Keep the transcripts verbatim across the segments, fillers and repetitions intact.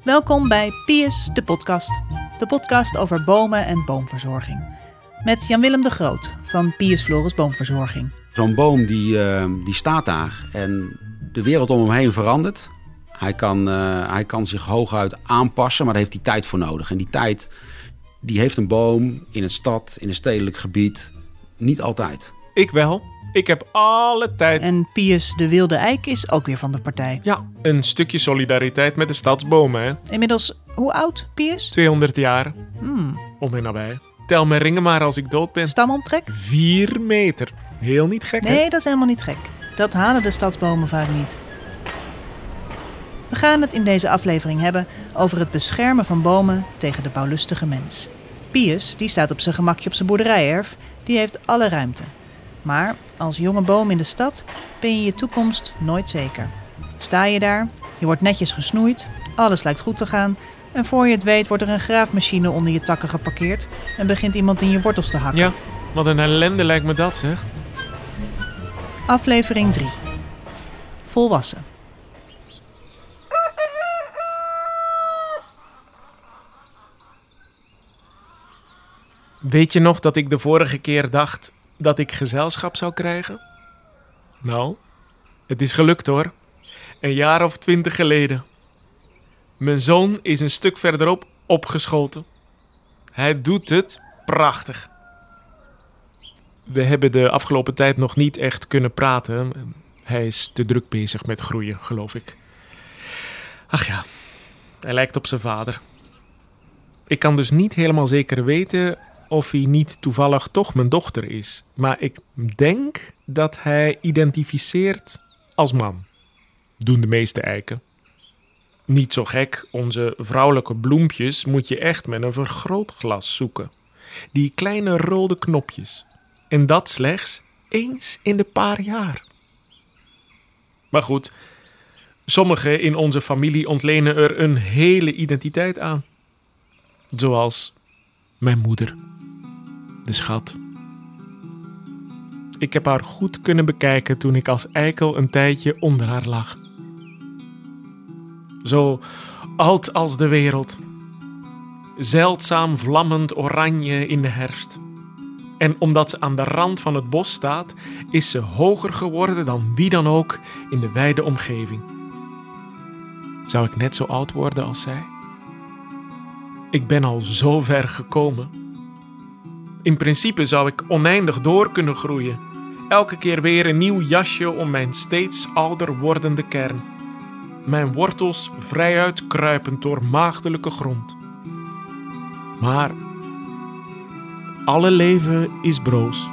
Welkom bij Pius, de podcast. De podcast over bomen en boomverzorging. Met Jan-Willem de Groot van Pius Floris Boomverzorging. Zo'n boom die, uh, die staat daar en de wereld om hem heen verandert. Hij kan, uh, hij kan zich hooguit aanpassen, maar daar heeft hij tijd voor nodig. En die tijd die heeft een boom in een stad, in een stedelijk gebied niet altijd. Ik wel. Ik heb alle tijd. En Pius de Wilde Eik is ook weer van de partij. Ja, een stukje solidariteit met de stadsbomen, hè. Inmiddels, hoe oud, Pius? tweehonderd jaar. Hmm. Om en nabij. Tel mijn ringen maar als ik dood ben. Stamomtrek? Vier meter. Heel niet gek, hè? Nee, dat is helemaal niet gek. Dat halen de stadsbomen vaak niet. We gaan het in deze aflevering hebben over het beschermen van bomen tegen de bouwlustige mens. Pius, die staat op zijn gemakje op zijn boerderijerf, die heeft alle ruimte. Maar als jonge boom in de stad ben je je toekomst nooit zeker. Sta je daar, je wordt netjes gesnoeid, alles lijkt goed te gaan en voor je het weet wordt er een graafmachine onder je takken geparkeerd en begint iemand in je wortels te hakken. Ja, wat een ellende lijkt me dat, zeg. Aflevering drie. Volwassen. Weet je nog dat ik de vorige keer dacht dat ik gezelschap zou krijgen? Nou, het is gelukt hoor. Een jaar of twintig geleden. Mijn zoon is een stuk verderop opgeschoten. Hij doet het prachtig. We hebben de afgelopen tijd nog niet echt kunnen praten. Hij is te druk bezig met groeien, geloof ik. Ach ja, hij lijkt op zijn vader. Ik kan dus niet helemaal zeker weten of hij niet toevallig toch mijn dochter is. Maar ik denk dat hij identificeert als man. Doen de meeste eiken. Niet zo gek, onze vrouwelijke bloempjes moet je echt met een vergrootglas zoeken. Die kleine rode knopjes. En dat slechts eens in de paar jaar. Maar goed, sommigen in onze familie ontlenen er een hele identiteit aan. Zoals mijn moeder. De schat. Ik heb haar goed kunnen bekijken toen ik als eikel een tijdje onder haar lag. Zo oud als de wereld. Zeldzaam vlammend oranje in de herfst. En omdat ze aan de rand van het bos staat, is ze hoger geworden dan wie dan ook in de wijde omgeving. Zou ik net zo oud worden als zij? Ik ben al zo ver gekomen. In principe zou ik oneindig door kunnen groeien. Elke keer weer een nieuw jasje om mijn steeds ouder wordende kern. Mijn wortels vrijuit kruipend door maagdelijke grond. Maar alle leven is broos.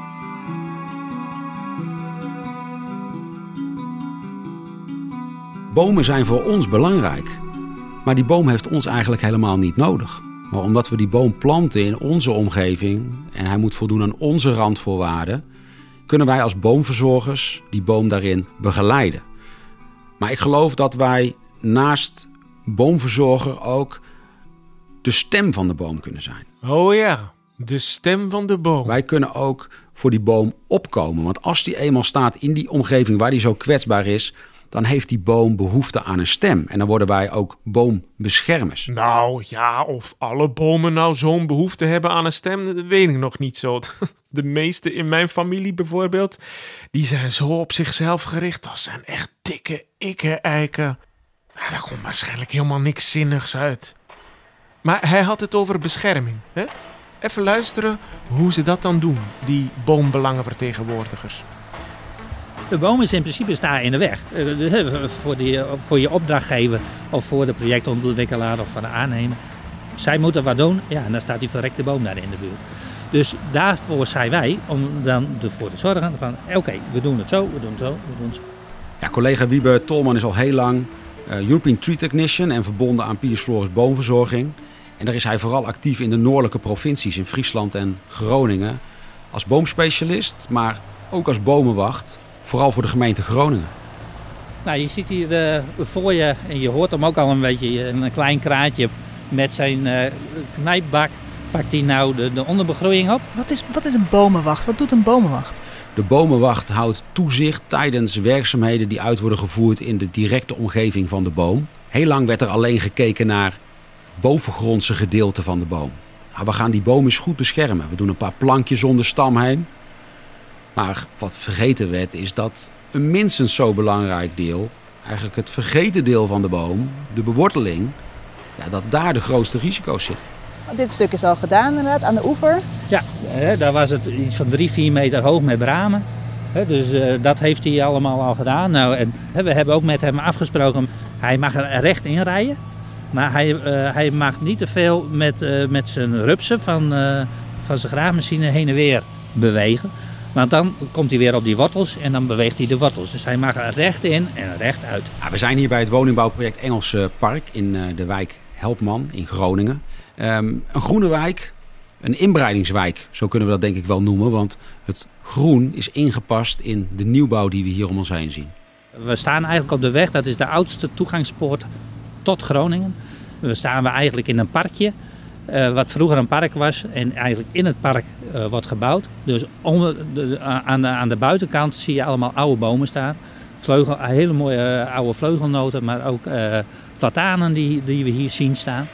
Bomen zijn voor ons belangrijk. Maar die boom heeft ons eigenlijk helemaal niet nodig. Maar omdat we die boom planten in onze omgeving en hij moet voldoen aan onze randvoorwaarden, kunnen wij als boomverzorgers die boom daarin begeleiden. Maar ik geloof dat wij naast boomverzorger ook de stem van de boom kunnen zijn. Oh ja, de stem van de boom. Wij kunnen ook voor die boom opkomen. Want als die eenmaal staat in die omgeving waar die zo kwetsbaar is, dan heeft die boom behoefte aan een stem. En dan worden wij ook boombeschermers. Nou ja, of alle bomen nou zo'n behoefte hebben aan een stem, dat weet ik nog niet zo. De meeste in mijn familie bijvoorbeeld, die zijn zo op zichzelf gericht. Dat zijn echt dikke ikke-eiken. Nou, daar komt waarschijnlijk helemaal niks zinnigs uit. Maar hij had het over bescherming, hè? Even luisteren hoe ze dat dan doen, die boombelangenvertegenwoordigers. De boom is in principe staan in de weg. Voor, die, voor je opdrachtgever of voor de projectontwikkelaar of voor de aannemer. Zij moeten wat doen, ja, en dan staat die verrekte boom daar in de buurt. Dus daarvoor zijn wij om dan ervoor te zorgen van oké, okay, we doen het zo, we doen het zo, we doen het zo. Ja, collega Wiebe Tolman is al heel lang uh, European Tree Technician en verbonden aan Pius Floris Boomverzorging. En daar is hij vooral actief in de noordelijke provincies in Friesland en Groningen. Als boomspecialist, maar ook als bomenwacht. Vooral voor de gemeente Groningen. Nou, je ziet hier uh, voor je, en je hoort hem ook al een beetje, een klein kraantje met zijn uh, knijpbak. Pakt hij nou de, de onderbegroeiing op? Wat is, wat is een bomenwacht? Wat doet een bomenwacht? De bomenwacht houdt toezicht tijdens werkzaamheden die uit worden gevoerd in de directe omgeving van de boom. Heel lang werd er alleen gekeken naar bovengrondse gedeelte van de boom. Nou, we gaan die boom eens goed beschermen. We doen een paar plankjes om de stam heen. Maar wat vergeten werd is dat een minstens zo belangrijk deel, eigenlijk het vergeten deel van de boom, de beworteling, ja, dat daar de grootste risico's zitten. Dit stuk is al gedaan inderdaad, aan de oever. Ja, hè, daar was het iets van drie, vier meter hoog met bramen. Hè, dus uh, dat heeft hij allemaal al gedaan. Nou, en, hè, we hebben ook met hem afgesproken, hij mag er recht in rijden. Maar hij, uh, hij mag niet te veel met, uh, met zijn rupsen van, uh, van zijn graafmachine heen en weer bewegen. Want dan komt hij weer op die wortels en dan beweegt hij de wortels. Dus hij mag er recht in en recht uit. Ja, we zijn hier bij het woningbouwproject Engelse Park in uh, de wijk Helpman in Groningen. Um, een groene wijk, een inbreidingswijk, zo kunnen we dat denk ik wel noemen. Want het groen is ingepast in de nieuwbouw die we hier om ons heen zien. We staan eigenlijk op de weg, dat is de oudste toegangspoort tot Groningen. We staan we eigenlijk in een parkje, uh, wat vroeger een park was. En eigenlijk in het park uh, wordt gebouwd. Dus onder de, aan, de, aan de buitenkant zie je allemaal oude bomen staan. Vleugel, hele mooie uh, oude vleugelnoten, maar ook uh, platanen die, die we hier zien staan.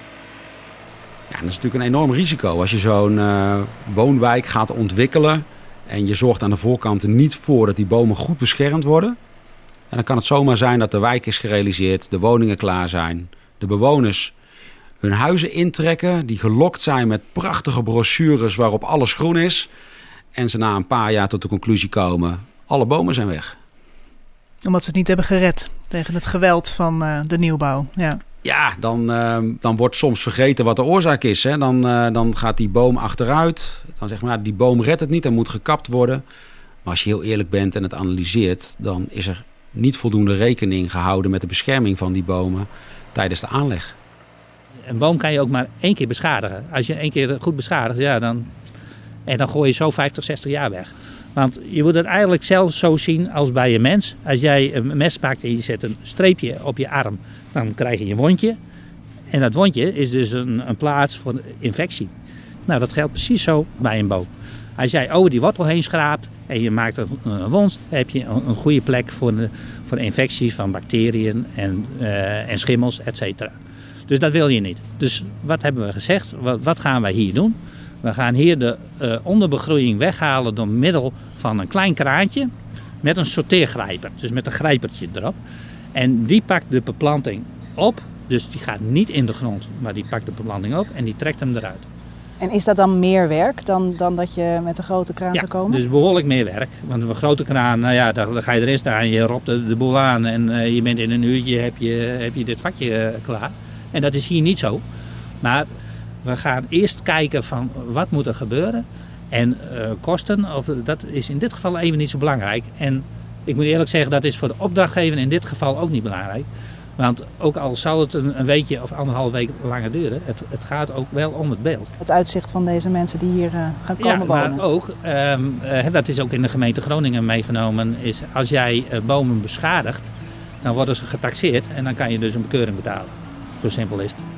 Ja, dat is natuurlijk een enorm risico als je zo'n uh, woonwijk gaat ontwikkelen en je zorgt aan de voorkant er niet voor dat die bomen goed beschermd worden. En dan kan het zomaar zijn dat de wijk is gerealiseerd, de woningen klaar zijn, de bewoners hun huizen intrekken, die gelokt zijn met prachtige brochures waarop alles groen is. En ze na een paar jaar tot de conclusie komen, alle bomen zijn weg. Omdat ze het niet hebben gered tegen het geweld van uh, de nieuwbouw. Ja. Ja, dan, uh, dan wordt soms vergeten wat de oorzaak is. Hè. Dan, uh, dan gaat die boom achteruit. Dan zeg maar, die boom redt het niet, dan moet gekapt worden. Maar als je heel eerlijk bent en het analyseert, dan is er niet voldoende rekening gehouden met de bescherming van die bomen tijdens de aanleg. Een boom kan je ook maar één keer beschadigen. Als je één keer goed beschadigt, ja, dan, en dan gooi je zo vijftig, zestig jaar weg. Want je moet het eigenlijk zelf zo zien als bij een mens. Als jij een mes pakt en je zet een streepje op je arm, dan krijg je een wondje. En dat wondje is dus een, een plaats voor infectie. Nou, dat geldt precies zo bij een boom. Als jij over die wortel heen schraapt en je maakt een, een wond, dan heb je een, een goede plek voor de, voor de infecties van bacteriën en, uh, en schimmels, et cetera. Dus dat wil je niet. Dus wat hebben we gezegd? Wat, wat gaan wij hier doen? We gaan hier de uh, onderbegroeiing weghalen door middel van een klein kraantje met een sorteergrijper. Dus met een grijpertje erop. En die pakt de beplanting op. Dus die gaat niet in de grond, maar die pakt de beplanting op en die trekt hem eruit. En is dat dan meer werk dan, dan dat je met een grote kraan ja, zou komen? dus behoorlijk meer werk. Want een grote kraan, nou ja, dan ga je erin staan, je ropt de, de boel aan en uh, je bent in een uurtje heb je, heb je dit vakje uh, klaar. En dat is hier niet zo. Maar we gaan eerst kijken van wat moet er gebeuren. En uh, kosten, of, dat is in dit geval even niet zo belangrijk. En ik moet eerlijk zeggen, dat is voor de opdrachtgever in dit geval ook niet belangrijk. Want ook al zou het een, een weekje of anderhalf week langer duren, het, het gaat ook wel om het beeld. Het uitzicht van deze mensen die hier uh, gaan komen ja, wonen. Maar ook, um, uh, dat is ook in de gemeente Groningen meegenomen, is als jij uh, bomen beschadigt, dan worden ze getaxeerd en dan kan je dus een bekeuring betalen. Zo simpel is het.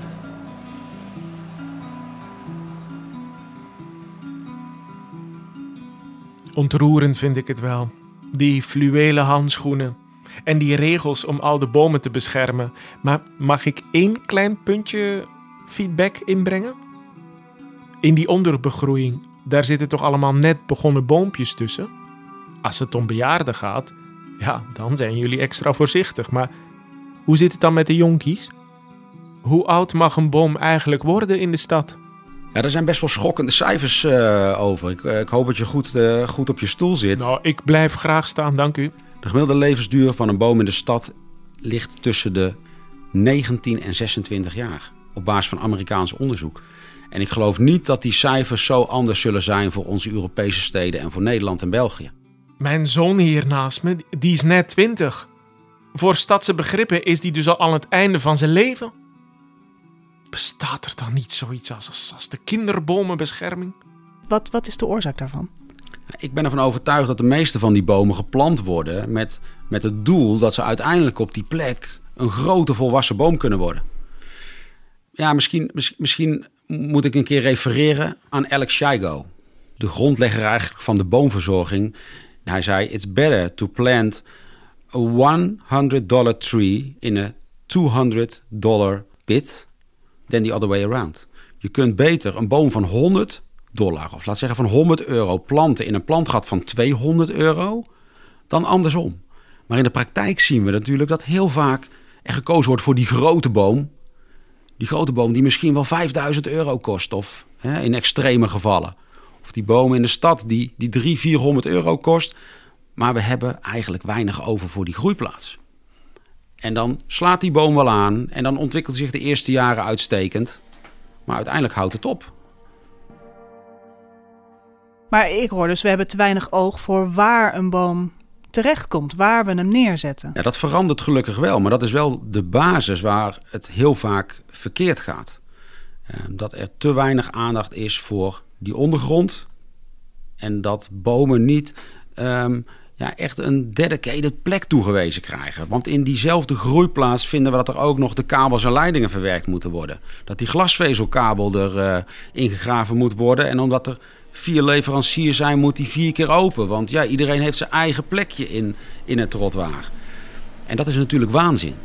Ontroerend vind ik het wel. Die fluwelen handschoenen en die regels om al de bomen te beschermen. Maar mag ik één klein puntje feedback inbrengen? In die onderbegroeiing, daar zitten toch allemaal net begonnen boompjes tussen? Als het om bejaarden gaat, ja, dan zijn jullie extra voorzichtig. Maar hoe zit het dan met de jonkies? Hoe oud mag een boom eigenlijk worden in de stad? Ja, er zijn best wel schokkende cijfers uh, over. Ik, uh, ik hoop dat je goed, uh, goed op je stoel zit. Nou, ik blijf graag staan, dank u. De gemiddelde levensduur van een boom in de stad ligt tussen de negentien en zesentwintig jaar. Op basis van Amerikaans onderzoek. En ik geloof niet dat die cijfers zo anders zullen zijn voor onze Europese steden en voor Nederland en België. Mijn zoon hier naast me, die is net twintig. Voor stadse begrippen is die dus al aan het einde van zijn leven. Bestaat er dan niet zoiets als, als de kinderbomenbescherming? Wat, wat is de oorzaak daarvan? Ik ben ervan overtuigd dat de meeste van die bomen geplant worden met, met het doel dat ze uiteindelijk op die plek een grote volwassen boom kunnen worden. Ja, misschien, misschien moet ik een keer refereren aan Alex Shigo, de grondlegger eigenlijk van de boomverzorging. Hij zei, it's better to plant a one hundred dollar tree in a two hundred dollar pit than the other way around. Je kunt beter een boom van honderd dollar, of laat zeggen van honderd euro planten in een plantgat van tweehonderd euro, dan andersom. Maar in de praktijk zien we natuurlijk dat heel vaak er gekozen wordt voor die grote boom. Die grote boom die misschien wel vijfduizend euro kost, of hè, in extreme gevallen. Of die boom in de stad die, die driehonderd, vierhonderd euro kost. Maar we hebben eigenlijk weinig over voor die groeiplaats. En dan slaat die boom wel aan en dan ontwikkelt zich de eerste jaren uitstekend. Maar uiteindelijk houdt het op. Maar ik hoor dus, we hebben te weinig oog voor waar een boom terechtkomt, waar we hem neerzetten. Ja, dat verandert gelukkig wel, maar dat is wel de basis waar het heel vaak verkeerd gaat. Uh, dat er te weinig aandacht is voor die ondergrond en dat bomen niet um, ja, echt een dedicated plek toegewezen krijgen. Want in diezelfde groeiplaats vinden we dat er ook nog de kabels en leidingen verwerkt moeten worden. Dat die glasvezelkabel er uh, ingegraven moet worden en omdat er vier leveranciers zijn, moet die vier keer open. Want ja, iedereen heeft zijn eigen plekje in, in het trottoir. En dat is natuurlijk waanzin.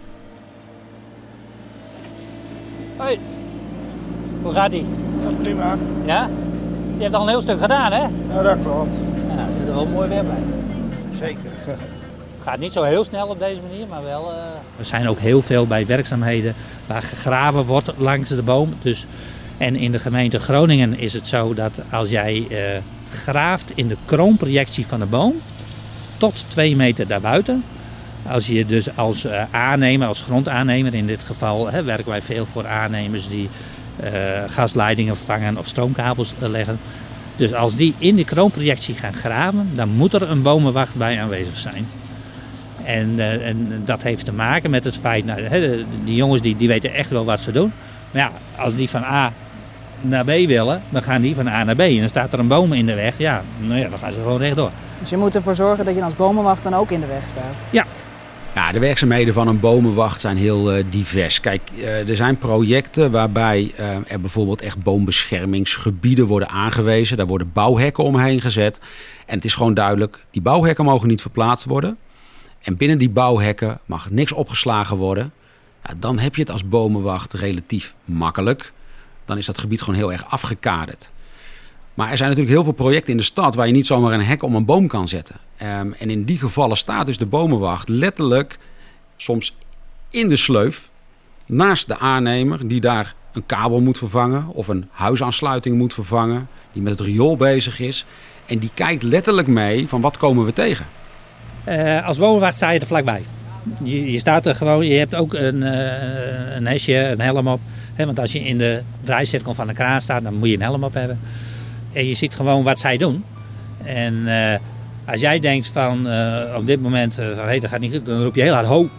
Hoi, hoe gaat ie? Ja, prima. Ja? Je hebt al een heel stuk gedaan, hè? Ja, dat klopt. Ja, dat is er wel mooi weer bij. Zeker. Het gaat niet zo heel snel op deze manier, maar wel... Uh... Er zijn ook heel veel bij werkzaamheden waar gegraven wordt langs de boom. Dus... En in de gemeente Groningen is het zo dat als jij uh, graaft in de kroonprojectie van de boom tot twee meter daarbuiten. Als je dus als uh, aannemer, als grondaannemer in dit geval, hè, werken wij veel voor aannemers die uh, gasleidingen vervangen of stroomkabels uh, leggen. Dus als die in de kroonprojectie gaan graven, dan moet er een bomenwacht bij aanwezig zijn. En, uh, en dat heeft te maken met het feit, nou, hè, die jongens die, die weten echt wel wat ze doen. Maar ja, als die van A naar B willen, dan gaan die van A naar B. En dan staat er een boom in de weg. Ja, nou ja, dan gaan ze gewoon rechtdoor. Dus je moet ervoor zorgen dat je als bomenwacht dan ook in de weg staat. Ja. Ja, de werkzaamheden van een bomenwacht zijn heel uh, divers. Kijk, uh, er zijn projecten waarbij uh, er bijvoorbeeld echt boombeschermingsgebieden worden aangewezen. Daar worden bouwhekken omheen gezet. En het is gewoon duidelijk, die bouwhekken mogen niet verplaatst worden. En binnen die bouwhekken mag niks opgeslagen worden. Ja, dan heb je het als bomenwacht relatief makkelijk. Dan is dat gebied gewoon heel erg afgekaderd. Maar er zijn natuurlijk heel veel projecten in de stad waar je niet zomaar een hek om een boom kan zetten. Um, en in die gevallen staat dus de bomenwacht letterlijk soms in de sleuf naast de aannemer die daar een kabel moet vervangen of een huisaansluiting moet vervangen, die met het riool bezig is. En die kijkt letterlijk mee van wat komen we tegen. Uh, als bomenwacht sta je er vlakbij. Je, je staat er gewoon, je hebt ook een, uh, een hesje, een helm op. Hè, want als je in de draaicirkel van de kraan staat, dan moet je een helm op hebben. En je ziet gewoon wat zij doen. En uh, als jij denkt van uh, op dit moment, uh, van, hey, dat gaat niet goed, dan roep je heel hard ho.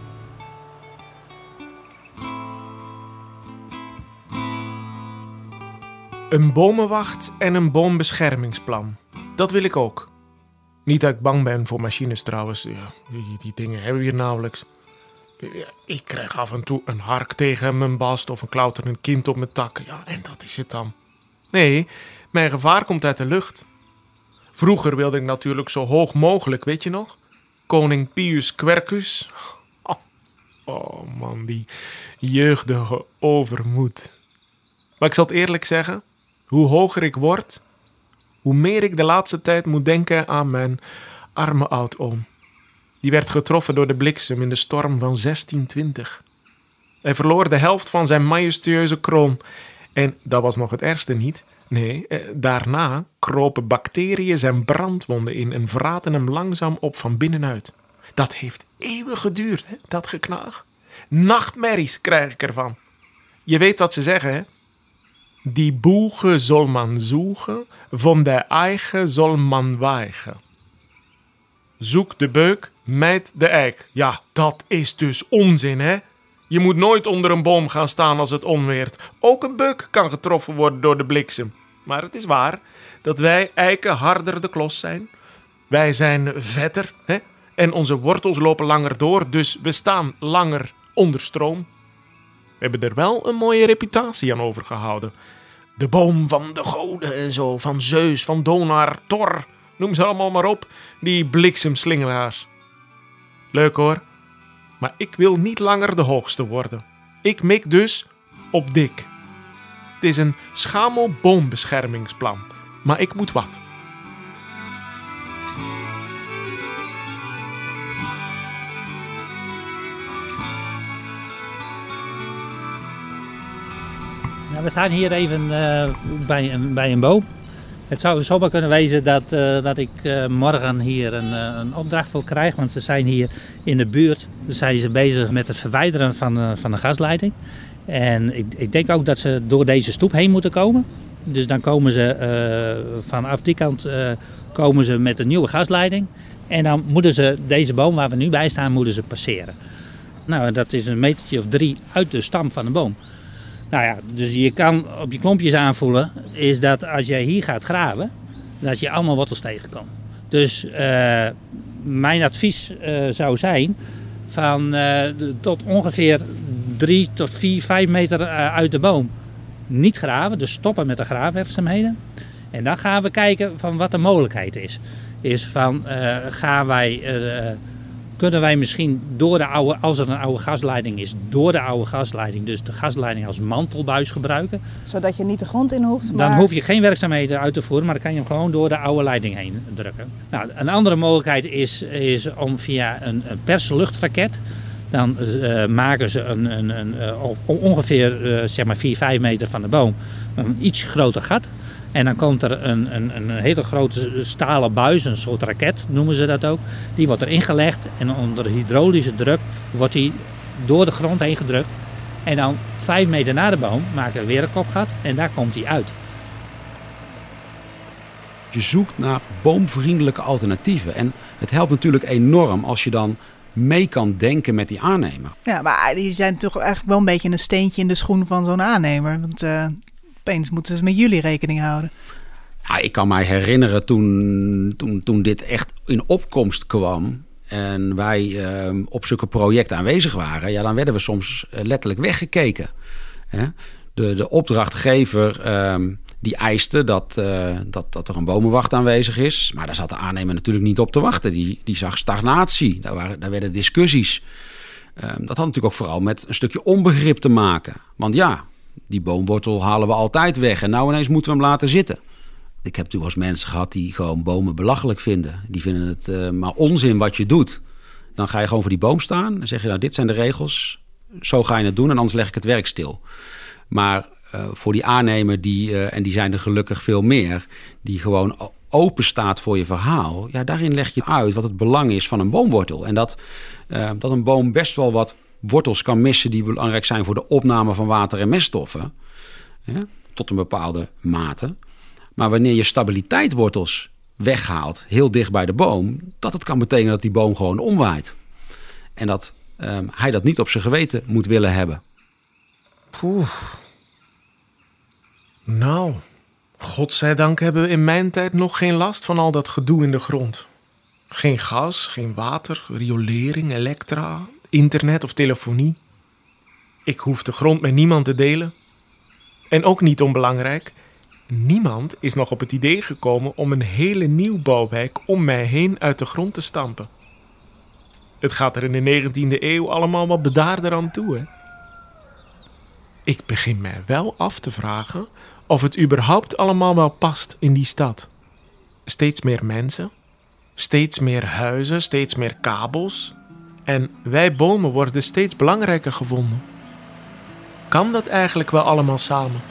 Een bomenwacht en een boombeschermingsplan. Dat wil ik ook. Niet dat ik bang ben voor machines trouwens. Ja, die, die dingen hebben we hier nauwelijks. Ik krijg af en toe een hark tegen mijn bast of een klauterend kind op mijn takken. Ja, en dat is het dan. Nee, mijn gevaar komt uit de lucht. Vroeger wilde ik natuurlijk zo hoog mogelijk, weet je nog? Koning Pius Quercus. Oh, oh man, die jeugdige overmoed. Maar ik zal het eerlijk zeggen, hoe hoger ik word, hoe meer ik de laatste tijd moet denken aan mijn arme oud-oom. Die werd getroffen door de bliksem in de storm van zestien twintig. Hij verloor de helft van zijn majestueuze kroon. En dat was nog het ergste niet. Nee, eh, daarna kropen bacteriën zijn brandwonden in en vraten hem langzaam op van binnenuit. Dat heeft eeuwen geduurd, hè, dat geknaag. Nachtmerries krijg ik ervan. Je weet wat ze zeggen, hè? Die boege zal man zoeken, van de eigen zal man weigen. Zoek de beuk, mijt de eik. Ja, dat is dus onzin, hè? Je moet nooit onder een boom gaan staan als het onweert. Ook een beuk kan getroffen worden door de bliksem. Maar het is waar dat wij eiken harder de klos zijn. Wij zijn vetter, hè? En onze wortels lopen langer door, dus we staan langer onder stroom. We hebben er wel een mooie reputatie aan overgehouden. De boom van de goden en zo, van Zeus, van Donar, Thor, noem ze allemaal maar op, die bliksemslingeraars. Leuk hoor, maar ik wil niet langer de hoogste worden. Ik mik dus op dik. Het is een schamelboombeschermingsplan. Maar ik moet wat. Nou, we staan hier even uh, bij, een, bij een boom. Het zou zomaar kunnen wezen dat, uh, dat ik uh, morgen hier een, uh, een opdracht voor krijg. Want ze zijn hier in de buurt zijn ze bezig met het verwijderen van, uh, van de gasleiding. En ik, ik denk ook dat ze door deze stoep heen moeten komen. Dus dan komen ze uh, vanaf die kant uh, komen ze met een nieuwe gasleiding. En dan moeten ze deze boom waar we nu bij staan, moeten ze passeren. Nou, dat is een metertje of drie uit de stam van de boom. Nou ja, dus je kan op je klompjes aanvoelen, is dat als jij hier gaat graven, dat je allemaal wortels tegenkomt. Dus uh, mijn advies uh, zou zijn van uh, tot ongeveer drie tot vier, vijf meter uh, uit de boom niet graven. Dus stoppen met de graafwerkzaamheden. En dan gaan we kijken van wat de mogelijkheid is. Is van uh, gaan wij... Uh, Kunnen wij misschien door de oude, als er een oude gasleiding is, door de oude gasleiding, dus de gasleiding als mantelbuis gebruiken. Zodat je niet de grond in hoeft. Maar... Dan hoef je geen werkzaamheden uit te voeren, maar dan kan je hem gewoon door de oude leiding heen drukken. Nou, een andere mogelijkheid is, is om via een, een persluchtraket, dan uh, maken ze een, een, een, uh, ongeveer uh, zeg maar vier, vijf meter van de boom een iets groter gat. En dan komt er een, een, een hele grote stalen buis, een soort raket noemen ze dat ook. Die wordt erin gelegd en onder hydraulische druk wordt die door de grond heen gedrukt. En dan vijf meter na de boom maken we weer een kopgat en daar komt hij uit. Je zoekt naar boomvriendelijke alternatieven. En het helpt natuurlijk enorm als je dan mee kan denken met die aannemer. Ja, maar die zijn toch eigenlijk wel een beetje een steentje in de schoen van zo'n aannemer. Want... Uh... Opeens moeten ze met jullie rekening houden. Ja, ik kan mij herinneren toen, toen, toen dit echt in opkomst kwam en wij uh, op zulke projecten aanwezig waren, ja, dan werden we soms letterlijk weggekeken. Hè? De, de opdrachtgever uh, die eiste dat, uh, dat, dat er een bomenwacht aanwezig is, maar daar zat de aannemer natuurlijk niet op te wachten. Die, die zag stagnatie, daar, waren, daar werden discussies. Uh, dat had natuurlijk ook vooral met een stukje onbegrip te maken. Want ja, die boomwortel halen we altijd weg en nou ineens moeten we hem laten zitten. Ik heb toen wel eens mensen gehad die gewoon bomen belachelijk vinden. Die vinden het uh, maar onzin wat je doet. Dan ga je gewoon voor die boom staan en zeg je nou dit zijn de regels. Zo ga je het doen en anders leg ik het werk stil. Maar uh, voor die aannemer, die, uh, en die zijn er gelukkig veel meer, die gewoon open staat voor je verhaal. Ja, daarin leg je uit wat het belang is van een boomwortel. En dat, uh, dat een boom best wel wat wortels kan missen die belangrijk zijn voor de opname van water en meststoffen. Ja, tot een bepaalde mate. Maar wanneer je stabiliteitswortels weghaalt, heel dicht bij de boom, dat het kan betekenen dat die boom gewoon omwaait. En dat um, hij dat niet op zijn geweten moet willen hebben. Poeh. Nou, godzijdank hebben we in mijn tijd nog geen last van al dat gedoe in de grond. Geen gas, geen water, riolering, elektra, internet of telefonie. Ik hoef de grond met niemand te delen. En ook niet onbelangrijk, niemand is nog op het idee gekomen om een hele nieuwbouwwijk om mij heen uit de grond te stampen. Het gaat er in de negentiende eeuw allemaal wat bedaarder aan toe, hè? Ik begin mij wel af te vragen of het überhaupt allemaal wel past in die stad. Steeds meer mensen, steeds meer huizen, steeds meer kabels. En wij bomen worden steeds belangrijker gevonden. Kan dat eigenlijk wel allemaal samen?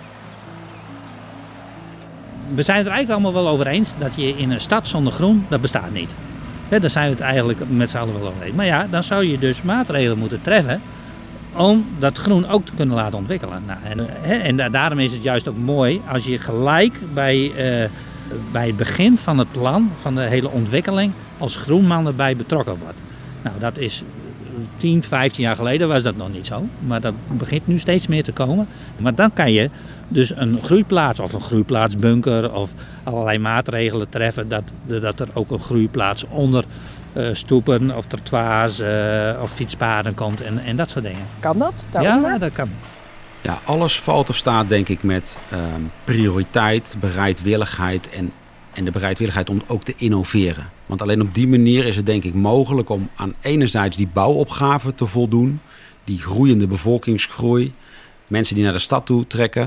We zijn het er eigenlijk allemaal wel over eens dat je in een stad zonder groen, dat bestaat niet. He, daar zijn we het eigenlijk met z'n allen wel over eens. Maar ja, dan zou je dus maatregelen moeten treffen om dat groen ook te kunnen laten ontwikkelen. Nou, en, he, en daarom is het juist ook mooi als je gelijk bij, uh, bij het begin van het plan, van de hele ontwikkeling, als groenman erbij betrokken wordt. Nou, dat is tien, vijftien jaar geleden was dat nog niet zo. Maar dat begint nu steeds meer te komen. Maar dan kan je dus een groeiplaats of een groeiplaatsbunker of allerlei maatregelen treffen dat, dat er ook een groeiplaats onder uh, stoepen of trottoirs uh, of fietspaden komt en, en dat soort dingen. Kan dat? Daaronder? Ja, dat kan. Ja, alles valt of staat denk ik met uh, prioriteit, bereidwilligheid en, en de bereidwilligheid om ook te innoveren. Want alleen op die manier is het denk ik mogelijk om aan enerzijds die bouwopgave te voldoen, die groeiende bevolkingsgroei, mensen die naar de stad toe trekken.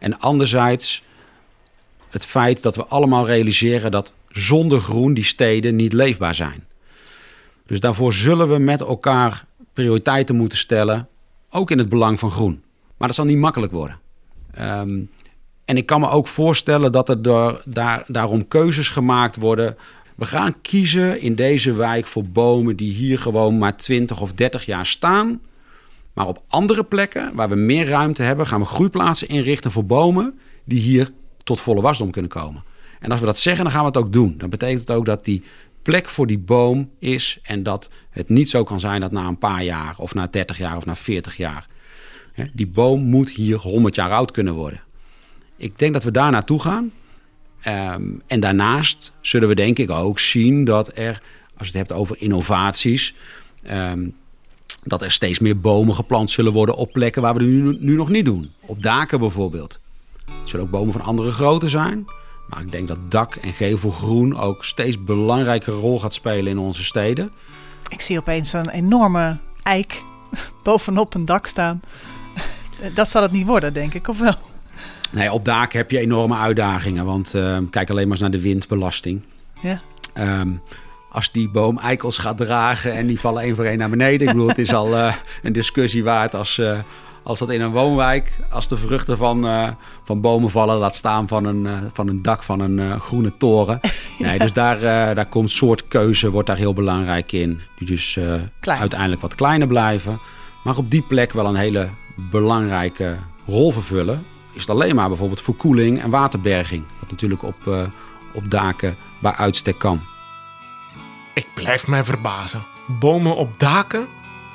En anderzijds het feit dat we allemaal realiseren dat zonder groen die steden niet leefbaar zijn. Dus daarvoor zullen we met elkaar prioriteiten moeten stellen, ook in het belang van groen. Maar dat zal niet makkelijk worden. Um, en ik kan me ook voorstellen dat er door, daar, daarom keuzes gemaakt worden. We gaan kiezen in deze wijk voor bomen die hier gewoon maar twintig of dertig jaar staan. Maar op andere plekken, waar we meer ruimte hebben, gaan we groeiplaatsen inrichten voor bomen die hier tot volle wasdom kunnen komen. En als we dat zeggen, dan gaan we het ook doen. Dan betekent het ook dat die plek voor die boom is en dat het niet zo kan zijn dat na een paar jaar of na dertig jaar of na veertig jaar, hè, die boom moet hier honderd jaar oud kunnen worden. Ik denk dat we daar naartoe gaan. Um, en daarnaast zullen we denk ik ook zien dat er, als je het hebt over innovaties, um, dat er steeds meer bomen geplant zullen worden op plekken waar we het nu, nu nog niet doen. Op daken bijvoorbeeld. Er zullen ook bomen van andere grootte zijn. Maar ik denk dat dak- en gevelgroen ook steeds belangrijke rol gaat spelen in onze steden. Ik zie opeens een enorme eik bovenop een dak staan. Dat zal het niet worden, denk ik, of wel? Nee, op daken heb je enorme uitdagingen. Want uh, kijk alleen maar eens naar de windbelasting. Ja. Um, als die boom eikels gaat dragen en die vallen één voor één naar beneden. Ik bedoel, het is al uh, een discussie waard als, uh, als dat in een woonwijk, als de vruchten van, uh, van bomen vallen, laat staan van een, uh, van een dak van een uh, groene toren. Nee, dus daar, uh, daar komt soort keuze, wordt daar heel belangrijk in. Die dus uh, uiteindelijk wat kleiner blijven. Maar op die plek wel een hele belangrijke rol vervullen. Is het alleen maar bijvoorbeeld verkoeling en waterberging. Wat natuurlijk op, uh, op daken bij uitstek kan. Ik blijf mij verbazen. Bomen op daken?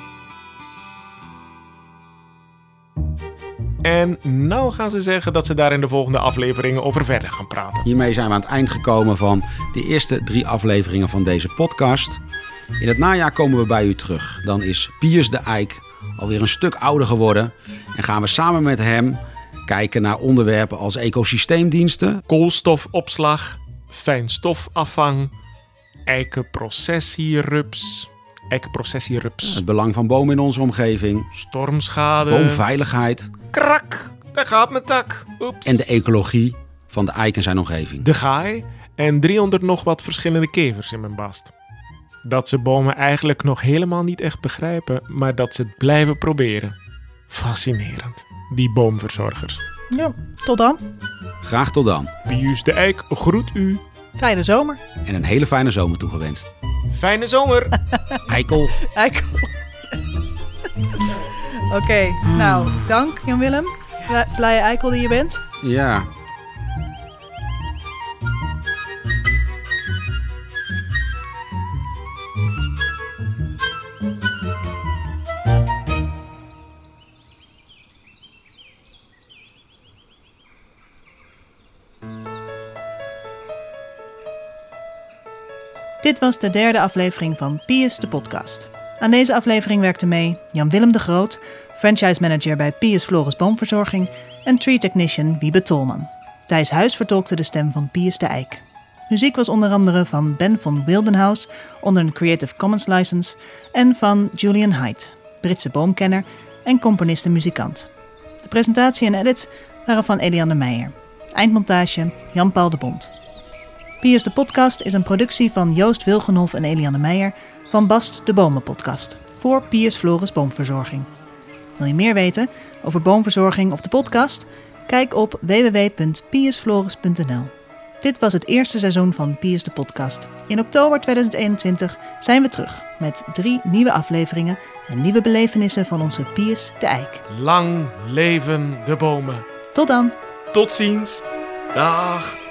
En nou gaan ze zeggen dat ze daar in de volgende afleveringen over verder gaan praten. Hiermee zijn we aan het eind gekomen van de eerste drie afleveringen van deze podcast. In het najaar komen we bij u terug. Dan is Pius de Eik alweer een stuk ouder geworden. En gaan we samen met hem kijken naar onderwerpen als ecosysteemdiensten, koolstofopslag, fijnstofafvang, eikenprocessierups, eikenprocessierups, het belang van bomen in onze omgeving, stormschade, boomveiligheid, krak, daar gaat mijn tak, oeps, en de ecologie van de eik en zijn omgeving. De gaai en driehonderd nog wat verschillende kevers in mijn bast. Dat ze bomen eigenlijk nog helemaal niet echt begrijpen, maar dat ze het blijven proberen. Fascinerend, die boomverzorgers. Ja, tot dan. Graag tot dan. Pius de Eik groet u. Fijne zomer. En een hele fijne zomer toegewenst. Fijne zomer. Eikel. Eikel. Oké, okay, nou, dank Jan-Willem. Blije eikel die je bent. Ja. Dit was de derde aflevering van Pius de podcast. Aan deze aflevering werkten mee Jan-Willem de Groot, franchise manager bij Pius Floris Boomverzorging en tree technician Wiebe Tolman. Thijs Huis vertolkte de stem van Pius de Eik. Muziek was onder andere van Ben von Wildenhaus onder een Creative Commons license en van Julian Haidt, Britse boomkenner en componist en muzikant. De presentatie en edits waren van Eliane Meijer. Eindmontage Jan-Paul de Bond. Pius de podcast is een productie van Joost Wilgenhoff en Eliane Meijer van Bast de Bomen podcast voor Pius Floris Boomverzorging. Wil je meer weten over boomverzorging of de podcast? Kijk op w w w punt pius floris punt n l. Dit was het eerste seizoen van Pius de podcast. In oktober tweeduizend eenentwintig zijn we terug met drie nieuwe afleveringen en nieuwe belevenissen van onze Pius de Eik. Lang leven de bomen. Tot dan. Tot ziens. Dag.